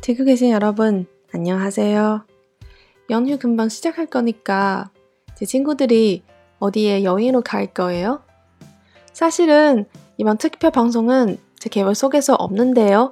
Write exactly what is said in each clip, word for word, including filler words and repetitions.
듣고 계신 여러분, 안녕하세요. 연휴 금방 시작할 거니까 제 친구들이 어디에 여행으로 갈 거예요? 사실은 이번 특별 방송은 제 계획 속에서 없는데요.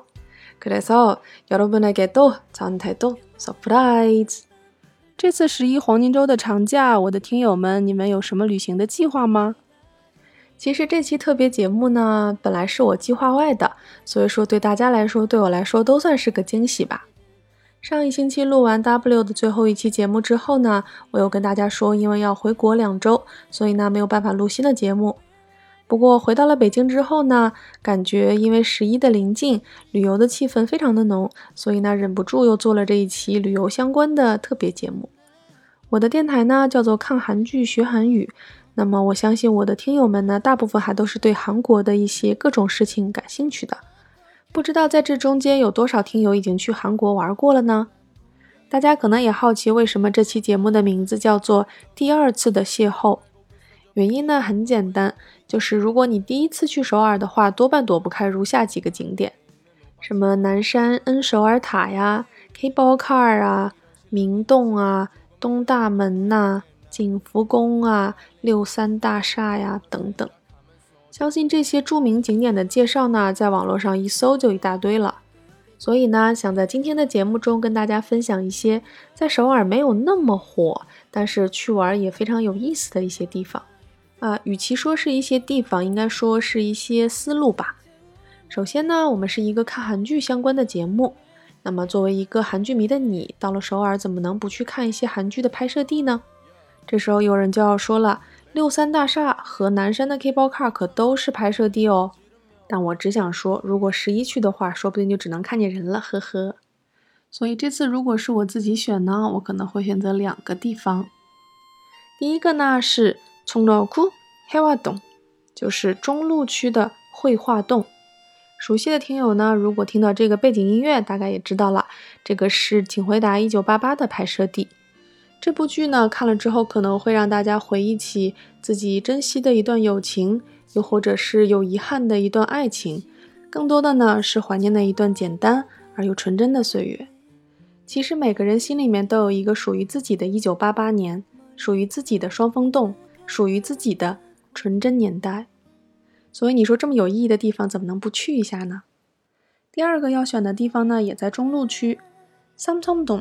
그래서 여러분에게도 저한테도 서프라이즈. 这次十一黄金周的长假，我的听友们，你们有什么旅行的计划吗？ 其实这期特别节目呢，本来是我计划外的，所以说对大家来说，对我来说都算是个惊喜吧。上一星期录完 W 的最后一期节目之后呢，我又跟大家说，因为要回国两周，所以呢没有办法录新的节目。不过回到了北京之后呢，感觉因为十一的临近，旅游的气氛非常的浓，所以呢忍不住又做了这一期旅游相关的特别节目。我的电台呢叫做看韩剧学韩语，那么我相信我的听友们呢，大部分还都是对韩国的一些各种事情感兴趣的。不知道在这中间有多少听友已经去韩国玩过了呢？大家可能也好奇为什么这期节目的名字叫做第二次的邂逅。原因呢很简单，就是如果你第一次去首尔的话，多半躲不开如下几个景点，什么南山恩首尔塔呀、K-pop car 啊、明洞啊、东大门呐、景福宫啊、六三大厦呀等等。相信这些著名景点的介绍呢，在网络上一搜就一大堆了。所以呢，想在今天的节目中跟大家分享一些在首尔没有那么火，但是去玩也非常有意思的一些地方。啊，与其说是一些地方，应该说是一些思路吧。首先呢，我们是一个看韩剧相关的节目。那么作为一个韩剧迷的你，到了首尔怎么能不去看一些韩剧的拍摄地呢？这时候有人就要说了，六三大厦和南山的 K-pop car 可都是拍摄地哦。但我只想说，如果十一去的话，说不定就只能看见人了，呵呵。所以这次如果是我自己选呢，我可能会选择两个地方。第一个呢是총로구 해화동，就是中路区的绘画洞。熟悉的听友呢，如果听到这个背景音乐，大概也知道了，这个是《请回答一九八八》的拍摄地。这部剧呢，看了之后可能会让大家回忆起自己珍惜的一段友情，又或者是有遗憾的一段爱情，更多的呢是怀念的一段简单而又纯真的岁月。其实每个人心里面都有一个属于自己的一九八八年，属于自己的双峰洞，属于自己的纯真年代。所以你说这么有意义的地方，怎么能不去一下呢？第二个要选的地方呢，也在中路区，삼청동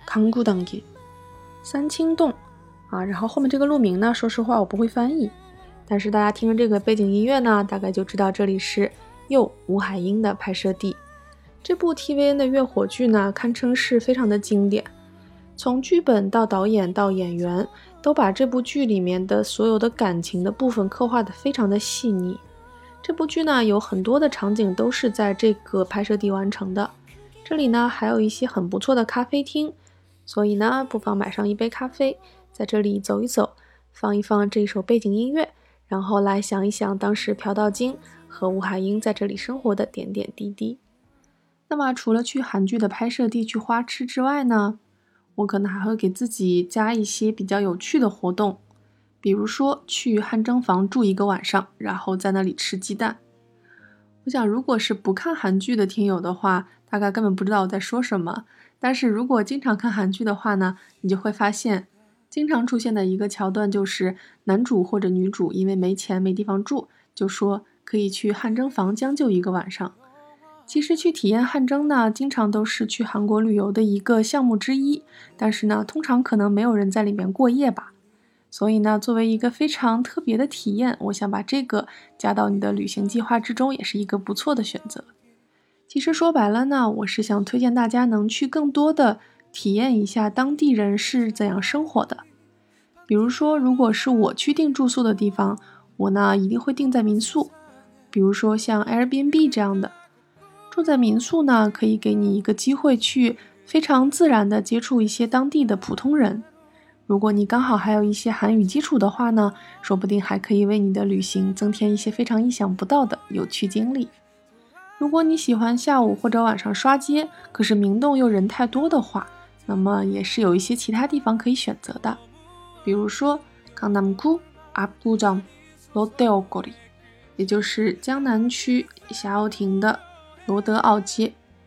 강구단길，三清洞啊，然后后面这个路名呢，说实话我不会翻译，但是大家听着这个背景音乐呢，大概就知道这里是又吴海英的拍摄地。这部 T V N 的月火剧呢，堪称是非常的经典，从剧本到导演到演员，都把这部剧里面的所有的感情的部分刻画得非常的细腻。这部剧呢，有很多的场景都是在这个拍摄地完成的。这里呢，还有一些很不错的咖啡厅，所以呢，不妨买上一杯咖啡，在这里走一走，放一放这首背景音乐，然后来想一想当时朴道金和吴海英在这里生活的点点滴滴。那么除了去韩剧的拍摄地去花痴之外呢，我可能还会给自己加一些比较有趣的活动，比如说去汗蒸房住一个晚上，然后在那里吃鸡蛋。我想如果是不看韩剧的听友的话，大概根本不知道我在说什么，但是如果经常看韩剧的话呢，你就会发现经常出现的一个桥段就是男主或者女主因为没钱没地方住，就说可以去汗蒸房将就一个晚上。其实去体验汗蒸呢，经常都是去韩国旅游的一个项目之一，但是呢，通常可能没有人在里面过夜吧。所以呢，作为一个非常特别的体验，我想把这个加到你的旅行计划之中，也是一个不错的选择。其实说白了呢，我是想推荐大家能去更多的体验一下当地人是怎样生活的。比如说，如果是我去订住宿的地方，我呢一定会订在民宿，比如说像 Airbnb 这样的。住在民宿呢，可以给你一个机会去非常自然的接触一些当地的普通人。如果你刚好还有一些韩语基础的话呢，说不定还可以为你的旅行增添一些非常意想不到的有趣经历。如果你喜欢下午或者晚上刷街，可是明洞又人太多的话，那么也是有一些其他地方可以选择的。比如说강남구 압구정 롯데옥거리，也就是江南区霞欧亭的罗德奥街。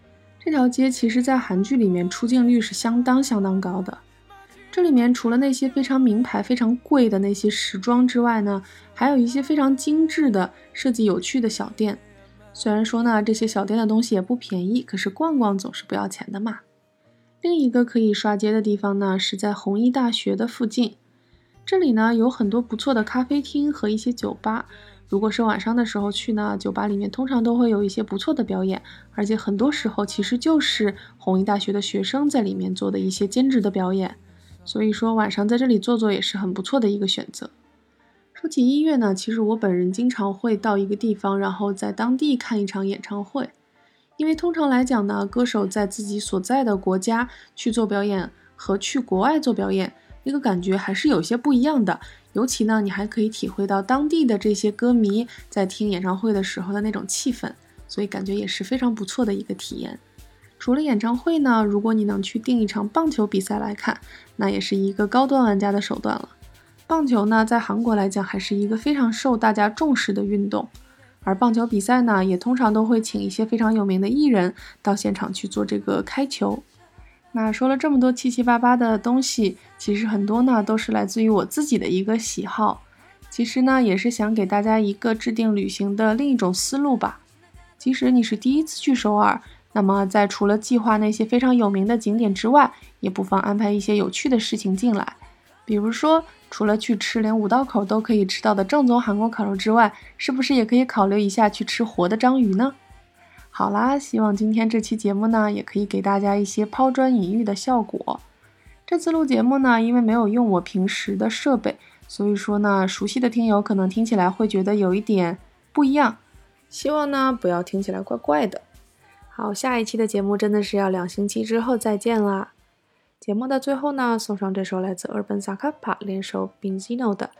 这条街其实在韩剧里面出镜率是相当相当高的。这里面除了那些非常名牌非常贵的那些时装之外呢，还有一些非常精致的设计有趣的小店。虽然说呢这些小店的东西也不便宜，可是逛逛总是不要钱的嘛。另一个可以刷街的地方呢是在弘一大学的附近，这里呢有很多不错的咖啡厅和一些酒吧。如果是晚上的时候去呢，酒吧里面通常都会有一些不错的表演，而且很多时候其实就是弘一大学的学生在里面做的一些兼职的表演，所以说晚上在这里坐坐也是很不错的一个选择。说起音乐呢，其实我本人经常会到一个地方，然后在当地看一场演唱会。因为通常来讲呢，歌手在自己所在的国家去做表演和去国外做表演，那个感觉还是有些不一样的。尤其呢，你还可以体会到当地的这些歌迷在听演唱会的时候的那种气氛，所以感觉也是非常不错的一个体验。除了演唱会呢，如果你能去订一场棒球比赛来看，那也是一个高端玩家的手段了。棒球呢，在韩国来讲还是一个非常受大家重视的运动，而棒球比赛呢，也通常都会请一些非常有名的艺人到现场去做这个开球。那说了这么多七七八八的东西，其实很多呢都是来自于我自己的一个喜好，其实呢也是想给大家一个制定旅行的另一种思路吧。即使你是第一次去首尔，那么在除了计划那些非常有名的景点之外，也不妨安排一些有趣的事情进来。比如说除了去吃连五道口都可以吃到的正宗韩国烤肉之外，是不是也可以考虑一下去吃活的章鱼呢？好啦，希望今天这期节目呢，也可以给大家一些抛砖引玉的效果。这次录节目呢，因为没有用我平时的设备，所以说呢，熟悉的听友可能听起来会觉得有一点不一样，希望呢不要听起来怪怪的。好，下一期的节目真的是要两星期之后再见啦。节目的最后呢，送上这首来自Urban Sakapa联手 Benzino 的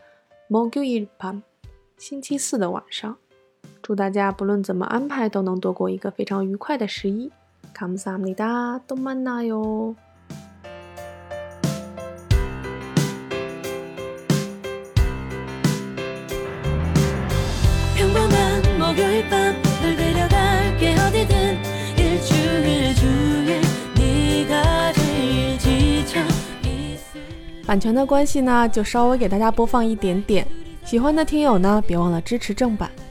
목요일 밤，星期四的晚上。祝大家不论怎么安排都能度过一个非常愉快的十一。감사합니다。또 만나요。版权的关系呢，就稍微给大家播放一点点。喜欢的听友呢，别忘了支持正版。